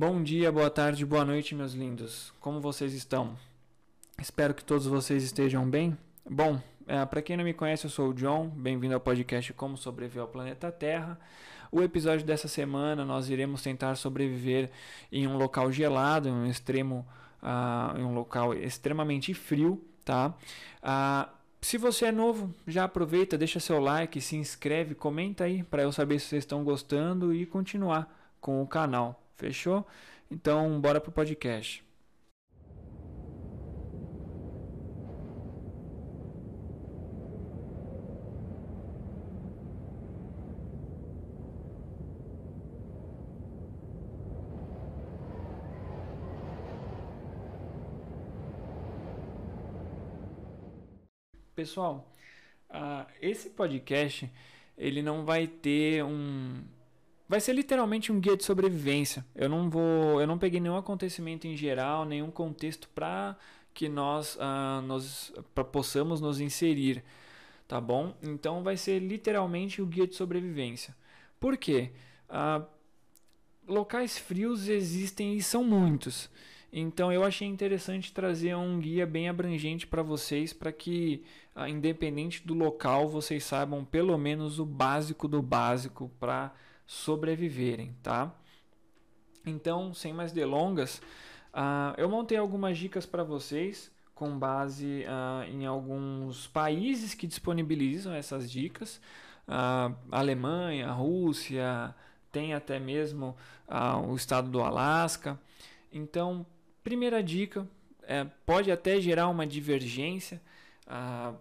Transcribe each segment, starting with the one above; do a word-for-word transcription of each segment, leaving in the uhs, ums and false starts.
Bom dia, boa tarde, boa noite, meus lindos. Como vocês estão? Espero que todos vocês estejam bem. Bom, é, para quem não me conhece, eu sou o John. Bem-vindo ao podcast Como Sobreviver ao Planeta Terra. O episódio dessa semana nós iremos tentar sobreviver em um local gelado, em um extremo, uh, em um local extremamente frio, tá? Uh, se você é novo, já aproveita, deixa seu like, se inscreve, comenta aí para eu saber se vocês estão gostando e continuar com o canal. Fechou? Então, bora pro podcast. Pessoal, uh, esse podcast ele não vai ter um Vai ser literalmente um guia de sobrevivência. Eu não vou, eu não peguei nenhum acontecimento em geral, nenhum contexto para que nós, uh, nós pra possamos nos inserir, tá bom? Então vai ser literalmente o guia de sobrevivência. Por quê? Uh, locais frios existem e são muitos. Então eu achei interessante trazer um guia bem abrangente para vocês, para que, uh, independente do local, vocês saibam pelo menos o básico do básico para sobreviverem, tá? Então, sem mais delongas, uh, eu montei algumas dicas para vocês com base uh, em alguns países que disponibilizam essas dicas. Uh, Alemanha, Rússia, tem até mesmo uh, o estado do Alasca. Então, primeira dica, é, pode até gerar uma divergência. Uh,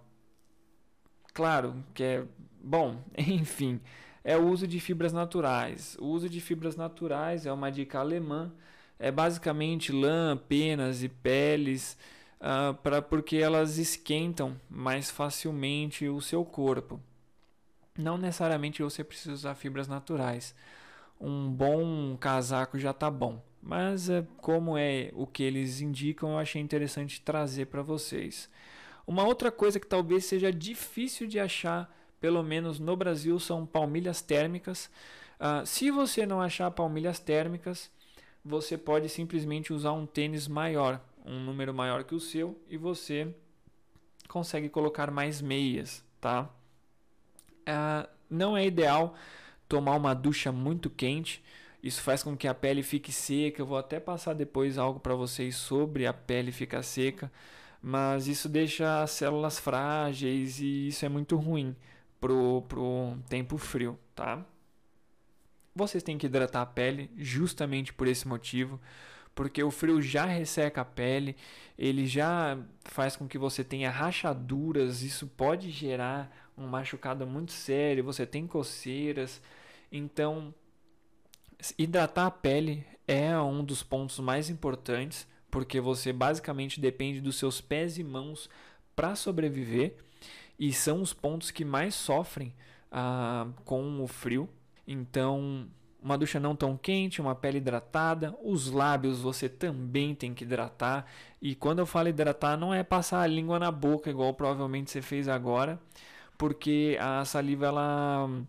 claro que é bom, enfim. É o uso de fibras naturais. O uso de fibras naturais é uma dica alemã. É basicamente lã, penas e peles, uh, pra, porque elas esquentam mais facilmente o seu corpo. Não necessariamente você precisa usar fibras naturais. Um bom casaco já está bom. Mas uh, como é o que eles indicam, eu achei interessante trazer para vocês. Uma outra coisa que talvez seja difícil de achar, pelo menos no Brasil, são palmilhas térmicas. Uh, se você não achar palmilhas térmicas, você pode simplesmente usar um tênis maior, um número maior que o seu, e você consegue colocar mais meias, tá? Uh, não é ideal tomar uma ducha muito quente. Isso faz com que a pele fique seca. Eu vou até passar depois algo para vocês sobre a pele ficar seca, mas isso deixa as células frágeis e isso é muito ruim pro, pro tempo frio, tá? Vocês têm que hidratar a pele justamente por esse motivo, porque o frio já resseca a pele, ele já faz com que você tenha rachaduras, isso pode gerar um machucado muito sério, você tem coceiras. Então, hidratar a pele é um dos pontos mais importantes, porque você basicamente depende dos seus pés e mãos para sobreviver. E são os pontos que mais sofrem ah, com o frio. Então, uma ducha não tão quente, uma pele hidratada. Os lábios você também tem que hidratar. E quando eu falo hidratar, não é passar a língua na boca, igual provavelmente você fez agora. Porque a saliva, ela,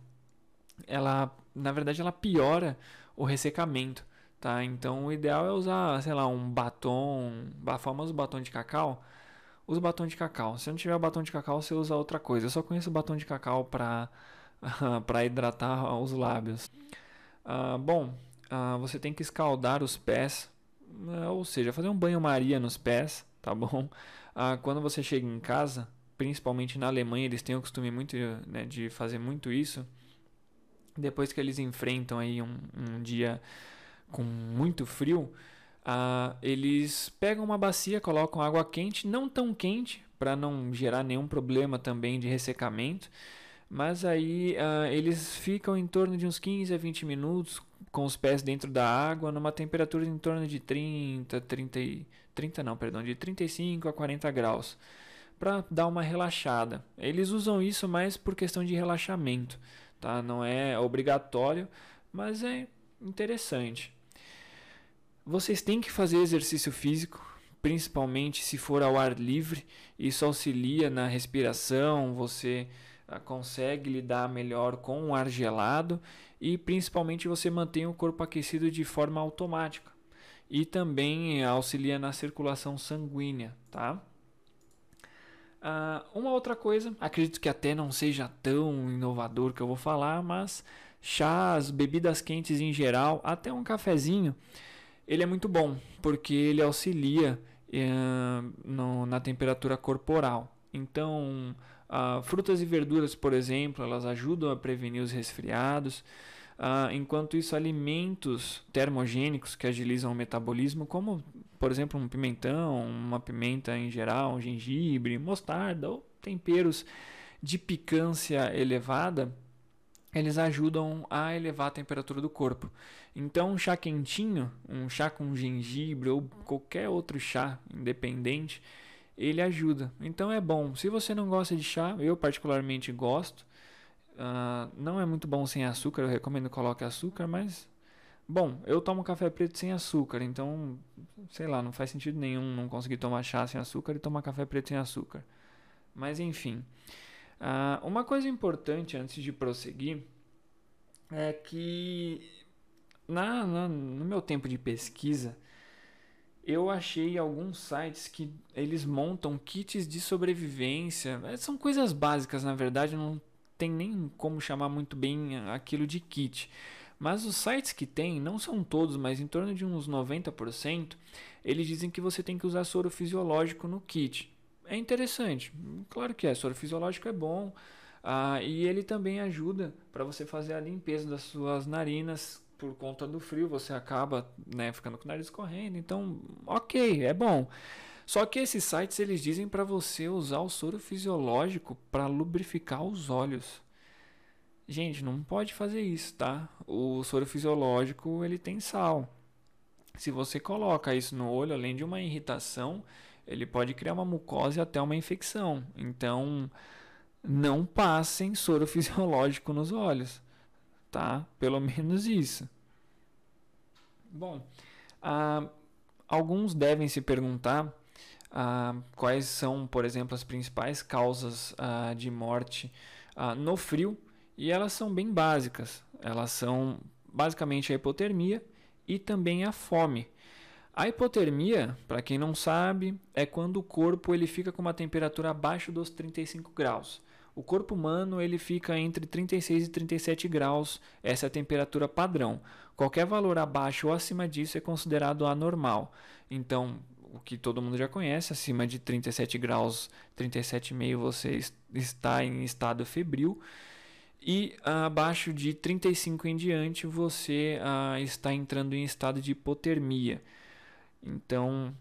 ela na verdade, ela piora o ressecamento. Tá? Então, o ideal é usar, sei lá, um batom, o famoso batom de cacau. Usa batom de cacau. Se não tiver batom de cacau, você usa outra coisa. Eu só conheço batom de cacau para para hidratar os lábios. Uh, bom, uh, você tem que escaldar os pés, uh, ou seja, fazer um banho-maria nos pés, tá bom? Uh, quando você chega em casa, principalmente na Alemanha, eles têm o costume muito, né, de fazer muito isso. Depois que eles enfrentam aí um, um dia com muito frio, Uh, eles pegam uma bacia, colocam água quente, não tão quente, para não gerar nenhum problema também de ressecamento, mas aí uh, eles ficam em torno de uns quinze a vinte minutos com os pés dentro da água, numa temperatura em torno de trinta, trinta, trinta não, perdão, de trinta e cinco a quarenta graus, para dar uma relaxada. Eles usam isso mais por questão de relaxamento, tá? Não é obrigatório, mas é interessante. Vocês têm que fazer exercício físico, principalmente se for ao ar livre. Isso auxilia na respiração, você uh, consegue lidar melhor com o ar gelado e principalmente você mantém o corpo aquecido de forma automática. e também auxilia na circulação sanguínea, tá? Uh, uma outra coisa, acredito que até não seja tão inovador que eu vou falar, mas chás, bebidas quentes em geral, até um cafezinho, ele é muito bom, porque ele auxilia uh, no, na temperatura corporal. Então, uh, frutas e verduras, por exemplo, elas ajudam a prevenir os resfriados. Uh, enquanto isso, alimentos termogênicos que agilizam o metabolismo, como, por exemplo, um pimentão, uma pimenta em geral, um gengibre, mostarda ou temperos de picância elevada, eles ajudam a elevar a temperatura do corpo. Então, um chá quentinho, um chá com gengibre ou qualquer outro chá independente, ele ajuda. Então, é bom. Se você não gosta de chá, eu particularmente gosto. Uh, não é muito bom sem açúcar, eu recomendo que coloque açúcar, mas bom, eu tomo café preto sem açúcar, então sei lá, não faz sentido nenhum não conseguir tomar chá sem açúcar e tomar café preto sem açúcar. Mas enfim, uh, uma coisa importante antes de prosseguir é que na, na, no meu tempo de pesquisa eu achei alguns sites que eles montam kits de sobrevivência. São coisas básicas, na verdade, não tem nem como chamar muito bem aquilo de kit. Mas os sites que tem, não são todos, mas em torno de uns noventa por cento, eles dizem que você tem que usar soro fisiológico no kit. É interessante, claro que é, soro fisiológico é bom, ah, e ele também ajuda para você fazer a limpeza das suas narinas por conta do frio, você acaba, né, ficando com o nariz correndo, então ok, é bom. Só que esses sites eles dizem para você usar o soro fisiológico para lubrificar os olhos. Gente, não pode fazer isso, tá? O soro fisiológico ele tem sal. Se você coloca isso no olho, além de uma irritação, ele pode criar uma mucosa e até uma infecção. Então, não passem soro fisiológico nos olhos, tá? Pelo menos isso. Bom, ah, alguns devem se perguntar ah, quais são, por exemplo, as principais causas ah, de morte ah, no frio, e elas são bem básicas. Elas são basicamente a hipotermia e também a fome. A hipotermia, para quem não sabe, é quando o corpo ele fica com uma temperatura abaixo dos trinta e cinco graus. O corpo humano ele fica entre trinta e seis e trinta e sete graus, essa é a temperatura padrão. Qualquer valor abaixo ou acima disso é considerado anormal. Então, o que todo mundo já conhece, acima de trinta e sete graus, trinta e sete vírgula cinco você está em estado febril. E abaixo de trinta e cinco em diante você ah, está entrando em estado de hipotermia. Então,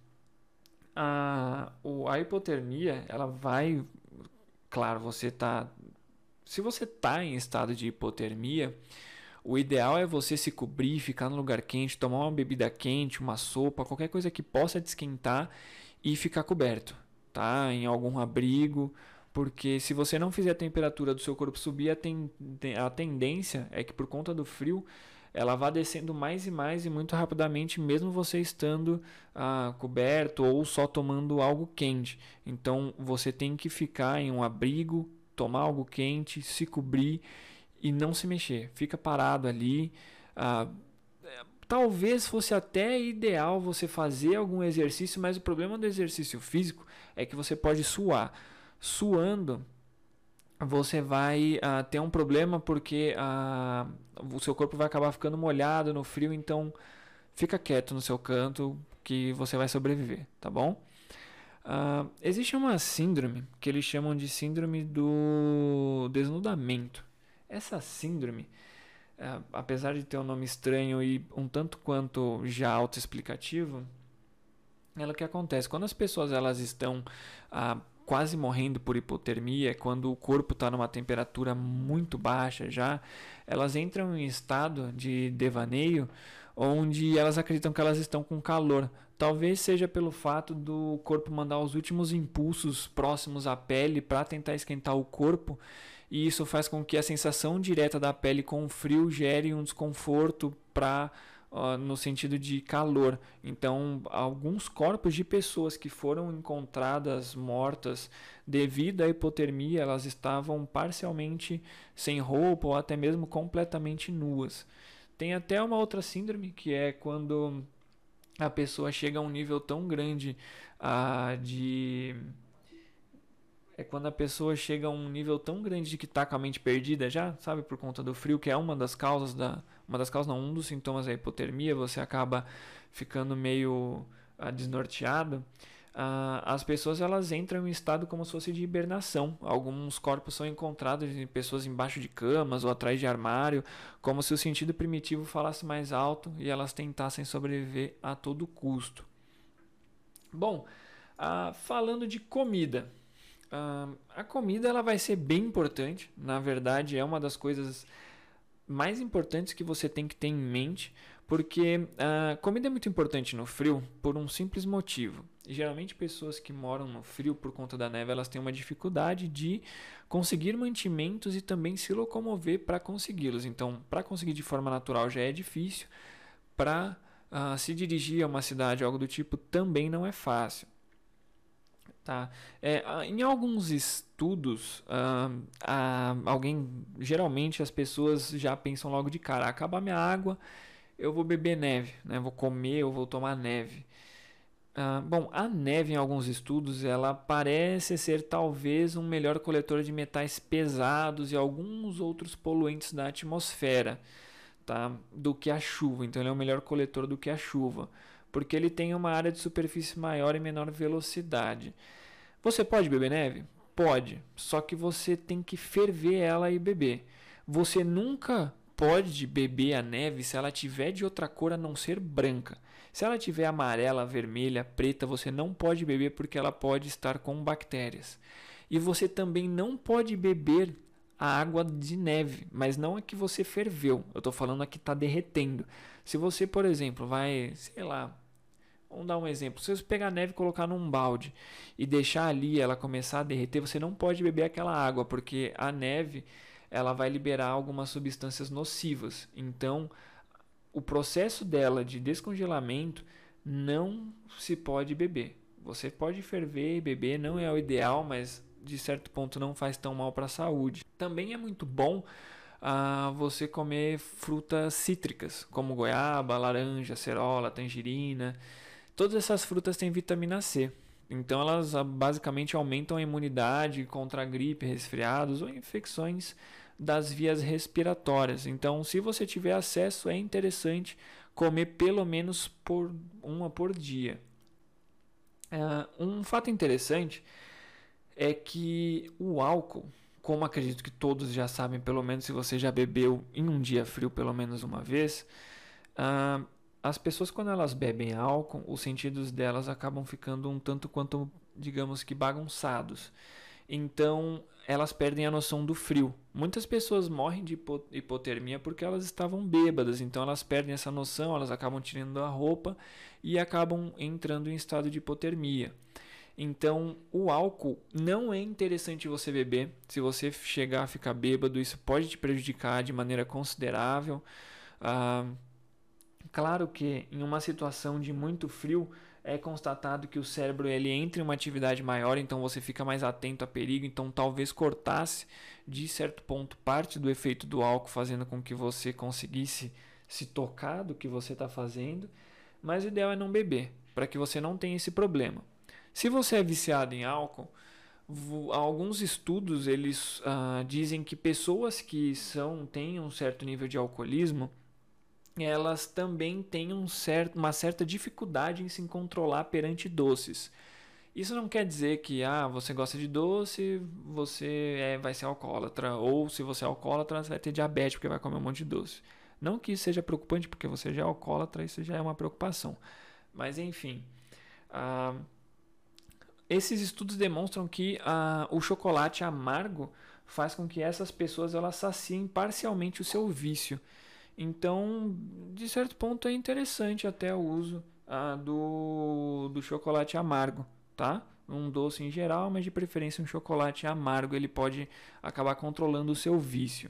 a, a hipotermia, ela vai... Claro, você tá... Se você está em estado de hipotermia, o ideal é você se cobrir, ficar no lugar quente, tomar uma bebida quente, uma sopa, qualquer coisa que possa te esquentar e ficar coberto, tá? Em algum abrigo, porque se você não fizer a temperatura do seu corpo subir, a, ten, a tendência é que por conta do frio, ela vá descendo mais e mais e muito rapidamente, mesmo você estando ah, coberto ou só tomando algo quente. Então, você tem que ficar em um abrigo, tomar algo quente, se cobrir e não se mexer. Fica parado ali. Ah, talvez fosse até ideal você fazer algum exercício, mas o problema do exercício físico é que você pode suar. Suando, você vai uh, ter um problema porque uh, o seu corpo vai acabar ficando molhado no frio, então fica quieto no seu canto que você vai sobreviver, tá bom? Uh, existe uma síndrome que eles chamam de síndrome do desnudamento. Essa síndrome, uh, apesar de ter um nome estranho e um tanto quanto já autoexplicativo, ela que acontece quando as pessoas elas estão uh, quase morrendo por hipotermia, quando o corpo está numa temperatura muito baixa já, elas entram em estado de devaneio, onde elas acreditam que elas estão com calor. Talvez seja pelo fato do corpo mandar os últimos impulsos próximos à pele para tentar esquentar o corpo, e isso faz com que a sensação direta da pele com o frio gere um desconforto para Uh, no sentido de calor. Então, alguns corpos de pessoas que foram encontradas mortas devido à hipotermia, elas estavam parcialmente sem roupa ou até mesmo completamente nuas. Tem até uma outra síndrome, que é quando a pessoa chega a um nível tão grande ah, de... É quando a pessoa chega a um nível tão grande de que tá com a mente perdida já, sabe, por conta do frio, que é uma das causas da... Uma das causas, não, um dos sintomas da hipotermia, você acaba ficando meio ah, desnorteado. Ah, as pessoas elas entram em um estado como se fosse de hibernação. Alguns corpos são encontrados em pessoas embaixo de camas ou atrás de armário, como se o sentido primitivo falasse mais alto e elas tentassem sobreviver a todo custo. Bom, ah, falando de comida, ah, a comida ela vai ser bem importante. Na verdade, é uma das coisas mais importantes que você tem que ter em mente, porque a comida é muito importante no frio por um simples motivo. Geralmente pessoas que moram no frio por conta da neve, elas têm uma dificuldade de conseguir mantimentos e também se locomover para consegui-los. Então, para conseguir de forma natural já é difícil, para uh, se dirigir a uma cidade, algo do tipo, também não é fácil. Tá. É, em alguns estudos, ah, ah, alguém, geralmente as pessoas já pensam logo de cara, acabar minha água, eu vou beber neve, né? Vou comer, eu vou tomar neve. Ah, bom, a neve em alguns estudos, ela parece ser talvez um melhor coletor de metais pesados e alguns outros poluentes da atmosfera, tá? Do que a chuva. Então ele é um melhor coletor do que a chuva, porque ele tem uma área de superfície maior e menor velocidade. Você pode beber neve? Pode, só que você tem que ferver ela e beber. Você nunca pode beber a neve se ela tiver de outra cor a não ser branca. Se ela tiver amarela, vermelha, preta, você não pode beber porque ela pode estar com bactérias. E você também não pode beber a água de neve, mas não a que você ferveu. Eu estou falando a que está derretendo. Se você, por exemplo, vai, sei lá, vamos dar um exemplo. Se você pegar a neve e colocar num balde e deixar ali ela começar a derreter, você não pode beber aquela água, porque a neve ela vai liberar algumas substâncias nocivas. Então, o processo dela de descongelamento não se pode beber. Você pode ferver e beber, não é o ideal, mas de certo ponto não faz tão mal para a saúde. Também é muito bom ah, você comer frutas cítricas, como goiaba, laranja, acerola, tangerina. Todas essas frutas têm vitamina C. Então elas basicamente aumentam a imunidade contra a gripe, resfriados ou infecções das vias respiratórias. Então, se você tiver acesso, é interessante comer pelo menos por uma por dia. Uh, um fato interessante é que o álcool, como acredito que todos já sabem, pelo menos se você já bebeu em um dia frio pelo menos uma vez, uh, as pessoas quando elas bebem álcool, os sentidos delas acabam ficando um tanto quanto, digamos que bagunçados. Então, elas perdem a noção do frio. Muitas pessoas morrem de hipotermia porque elas estavam bêbadas, então elas perdem essa noção, elas acabam tirando a roupa e acabam entrando em estado de hipotermia. Então, o álcool não é interessante você beber. Se você chegar a ficar bêbado, isso pode te prejudicar de maneira considerável. Ah, claro que em uma situação de muito frio, é constatado que o cérebro ele entra em uma atividade maior, então você fica mais atento a perigo, então talvez cortasse de certo ponto parte do efeito do álcool, fazendo com que você conseguisse se tocar do que você está fazendo, mas o ideal é não beber, para que você não tenha esse problema. Se você é viciado em álcool, alguns estudos eles ah, dizem que pessoas que são, têm um certo nível de alcoolismo, elas também têm um certo, uma certa dificuldade em se controlar perante doces. Isso não quer dizer que ah, você gosta de doce, você é, vai ser alcoólatra, ou se você é alcoólatra, você vai ter diabetes porque vai comer um monte de doce. Não que isso seja preocupante, porque você já é alcoólatra, isso já é uma preocupação. Mas enfim, ah, esses estudos demonstram que ah, o chocolate amargo faz com que essas pessoas elas saciem parcialmente o seu vício. Então, de certo ponto, é interessante até o uso ah, do, do chocolate amargo, tá? Um doce em geral, mas de preferência um chocolate amargo, ele pode acabar controlando o seu vício.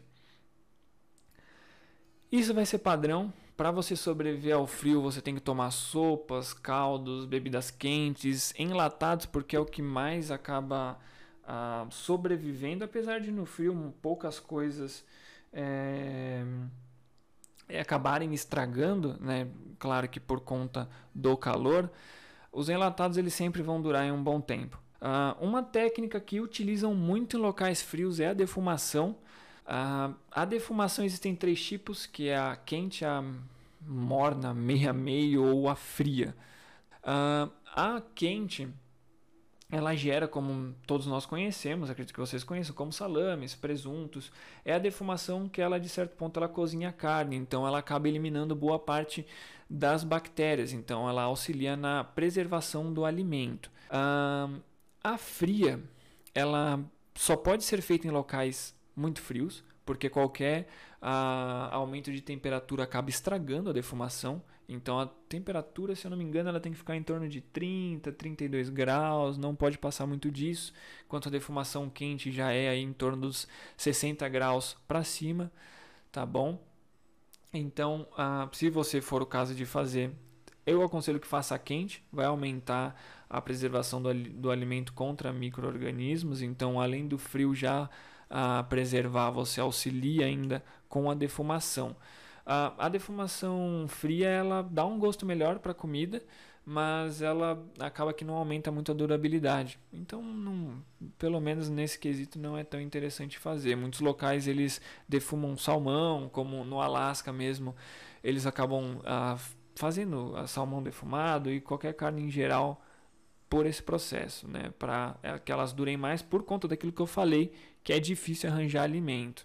Isso vai ser padrão. Para você sobreviver ao frio, você tem que tomar sopas, caldos, bebidas quentes, enlatados, porque é o que mais acaba ah, sobrevivendo, apesar de no frio poucas coisas... É... e acabarem estragando, né? Claro que por conta do calor, os enlatados eles sempre vão durar em um bom tempo. Uh, uma técnica que utilizam muito em locais frios é a defumação. Uh, a defumação existem três tipos, que é a quente, a morna, meia meio ou a fria. Uh, a quente, ela gera, como todos nós conhecemos, acredito que vocês conheçam, como salames, presuntos. É a defumação que ela, de certo ponto, ela cozinha a carne, então ela acaba eliminando boa parte das bactérias, então ela auxilia na preservação do alimento. Uh, a fria, ela só pode ser feita em locais muito frios, porque qualquer uh, aumento de temperatura acaba estragando a defumação. Então a temperatura, se eu não me engano, ela tem que ficar em torno de trinta, trinta e dois graus, não pode passar muito disso, enquanto a defumação quente já é aí em torno dos sessenta graus para cima, tá bom? Então, uh, se você for o caso de fazer, eu aconselho que faça quente, vai aumentar a preservação do, do alimento contra micro-organismos, então além do frio já uh, preservar, você auxilia ainda com a defumação. Uh, a defumação fria ela dá um gosto melhor para a comida, mas ela acaba que não aumenta muito a durabilidade. Então, não, pelo menos nesse quesito, não é tão interessante fazer. Muitos locais eles defumam salmão, como no Alasca mesmo, eles acabam uh, fazendo salmão defumado e qualquer carne em geral por esse processo, né? Para que elas durem mais por conta daquilo que eu falei, que é difícil arranjar alimento.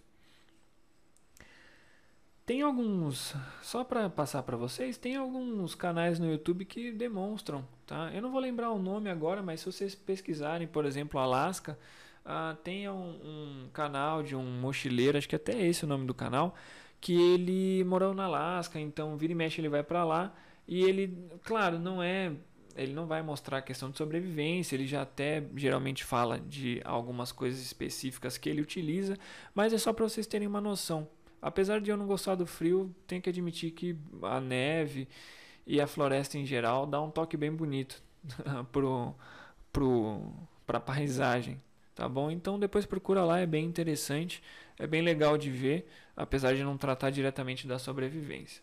Tem alguns, só para passar para vocês, tem alguns canais no YouTube que demonstram, tá? Eu não vou lembrar o nome agora, mas se vocês pesquisarem, por exemplo, Alasca, uh, tem um, um canal de um mochileiro, acho que até esse é o nome do canal, que ele morou na Alasca, então vira e mexe ele vai para lá e ele, claro, não é, ele não vai mostrar a questão de sobrevivência, ele já até geralmente fala de algumas coisas específicas que ele utiliza, mas é só para vocês terem uma noção. Apesar de eu não gostar do frio, tenho que admitir que a neve e a floresta em geral dá um toque bem bonito pro, pro, pra paisagem, tá bom? Então depois procura lá, é bem interessante, é bem legal de ver, apesar de não tratar diretamente da sobrevivência.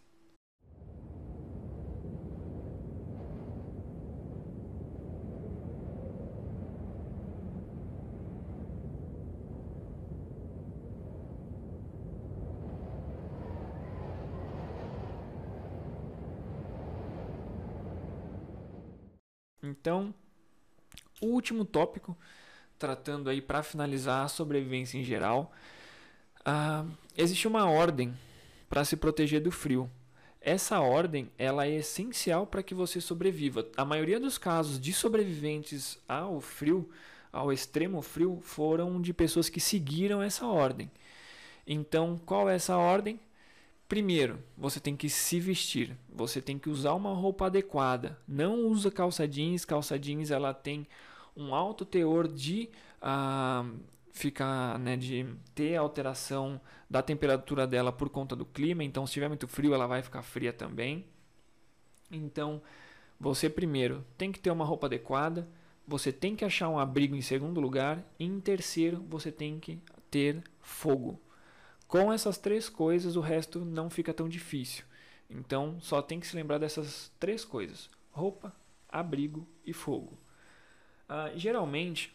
Então, o último tópico, tratando aí para finalizar a sobrevivência em geral, uh, existe uma ordem para se proteger do frio. Essa ordem ela é essencial para que você sobreviva. A maioria dos casos de sobreviventes ao frio, ao extremo frio, foram de pessoas que seguiram essa ordem. Então, qual é essa ordem? Primeiro, você tem que se vestir, você tem que usar uma roupa adequada. Não usa calça jeans, calça jeans ela tem um alto teor de uh, ficar, né, de ter alteração da temperatura dela por conta do clima. Então, se estiver muito frio, ela vai ficar fria também. Então, você primeiro tem que ter uma roupa adequada, você tem que achar um abrigo em segundo lugar e em terceiro, você tem que ter fogo. Com essas três coisas, o resto não fica tão difícil. Então, só tem que se lembrar dessas três coisas: roupa, abrigo e fogo. Uh, geralmente,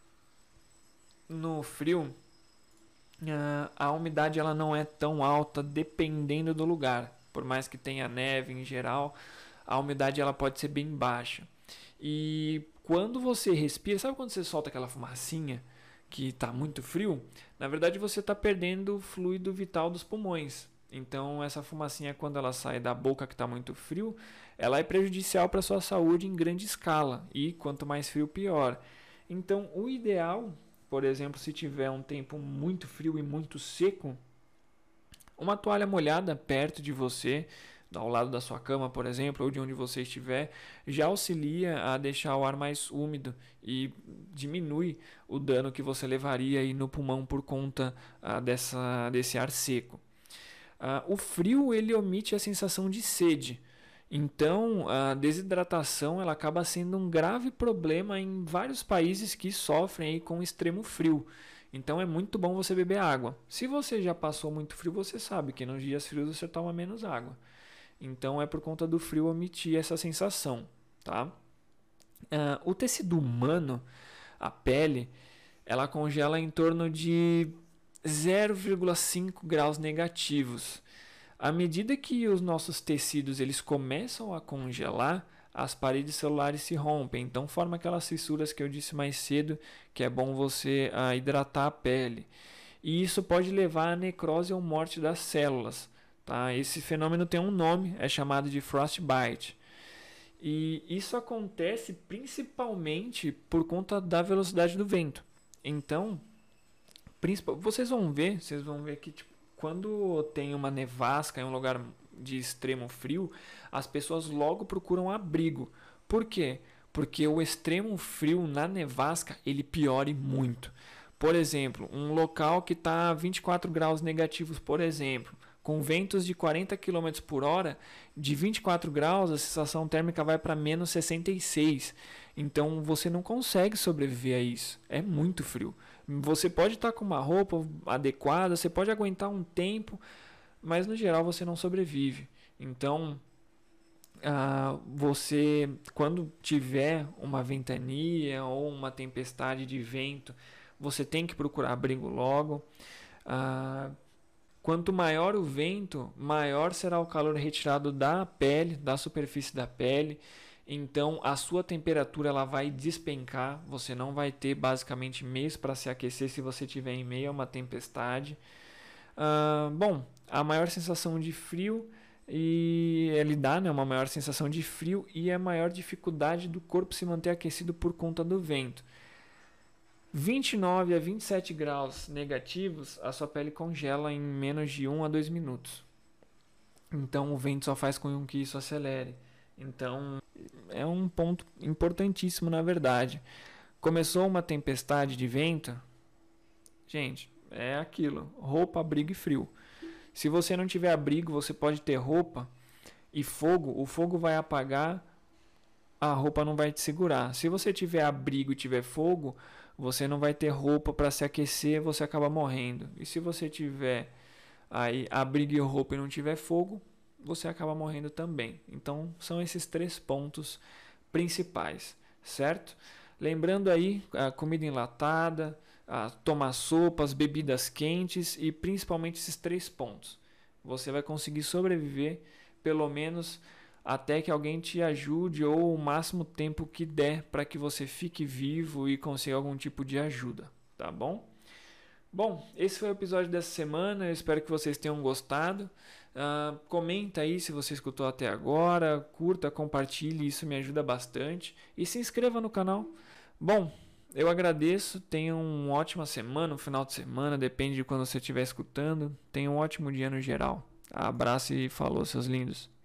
no frio, uh, a umidade ela não é tão alta dependendo do lugar. Por mais que tenha neve em geral, a umidade ela pode ser bem baixa. E quando você respira, sabe quando você solta aquela fumacinha que está muito frio? Na verdade, você está perdendo o fluido vital dos pulmões. Então, essa fumacinha, quando ela sai da boca que está muito frio, ela é prejudicial para a sua saúde em grande escala. E quanto mais frio, pior. Então, o ideal, por exemplo, se tiver um tempo muito frio e muito seco, uma toalha molhada perto de você, ao lado da sua cama, por exemplo, ou de onde você estiver, já auxilia a deixar o ar mais úmido e diminui o dano que você levaria aí no pulmão por conta ah, dessa, desse ar seco. Ah, o frio ele omite a sensação de sede, então a desidratação ela acaba sendo um grave problema em vários países que sofrem aí com extremo frio. Então é muito bom você beber água. Se você já passou muito frio, você sabe que nos dias frios você toma menos água. Então é por conta do frio emitir essa sensação, tá? Uh, o tecido humano, a pele, ela congela em torno de zero vírgula cinco graus negativos. À medida que os nossos tecidos eles começam a congelar, as paredes celulares se rompem, então forma aquelas fissuras que eu disse mais cedo, que é bom você uh, hidratar a pele. E isso pode levar à necrose ou morte das células. Tá? Esse fenômeno tem um nome, é chamado de frostbite. E isso acontece principalmente por conta da velocidade do vento. Então, vocês vão ver, vocês vão ver que tipo, quando tem uma nevasca em um lugar de extremo frio, as pessoas logo procuram abrigo. Por quê? Porque o extremo frio na nevasca ele piora muito. Por exemplo, um local que está a vinte e quatro graus negativos, por exemplo, com ventos de quarenta quilômetros por hora, de vinte e quatro graus a sensação térmica vai para menos sessenta e seis. Então você não consegue sobreviver a isso. É muito frio. Você pode estar com uma roupa adequada, você pode aguentar um tempo, mas no geral você não sobrevive. Então, ah, você, quando tiver uma ventania ou uma tempestade de vento, você tem que procurar abrigo logo. Ah, Quanto maior o vento, maior será o calor retirado da pele, da superfície da pele. Então a sua temperatura ela vai despencar. Você não vai ter basicamente mês para se aquecer se você estiver em meio a uma tempestade. Uh, bom, a maior sensação de frio e ele dá né, uma maior sensação de frio e a maior dificuldade do corpo se manter aquecido por conta do vento. vinte e nove a vinte e sete graus negativos, a sua pele congela em menos de um a dois minutos. Então o vento só faz com que isso acelere. Então é um ponto importantíssimo na verdade. Começou uma tempestade de vento, gente, é aquilo, roupa, abrigo e frio. Se você não tiver abrigo, você pode ter roupa e fogo, o fogo vai apagar, a roupa não vai te segurar. Se você tiver abrigo e tiver fogo, você não vai ter roupa para se aquecer, você acaba morrendo. E se você tiver aí abrigo e roupa e não tiver fogo, você acaba morrendo também. Então, são esses três pontos principais, certo? Lembrando aí, a comida enlatada, a tomar sopas, bebidas quentes e principalmente esses três pontos. Você vai conseguir sobreviver pelo menos até que alguém te ajude ou o máximo tempo que der para que você fique vivo e consiga algum tipo de ajuda, tá bom? Bom, esse foi o episódio dessa semana, eu espero que vocês tenham gostado. Uh, comenta aí se você escutou até agora, curta, compartilhe, isso me ajuda bastante e se inscreva no canal. Bom, eu agradeço, tenha uma ótima semana, um final de semana, depende de quando você estiver escutando. Tenha um ótimo dia no geral. Abraço e falou, seus lindos.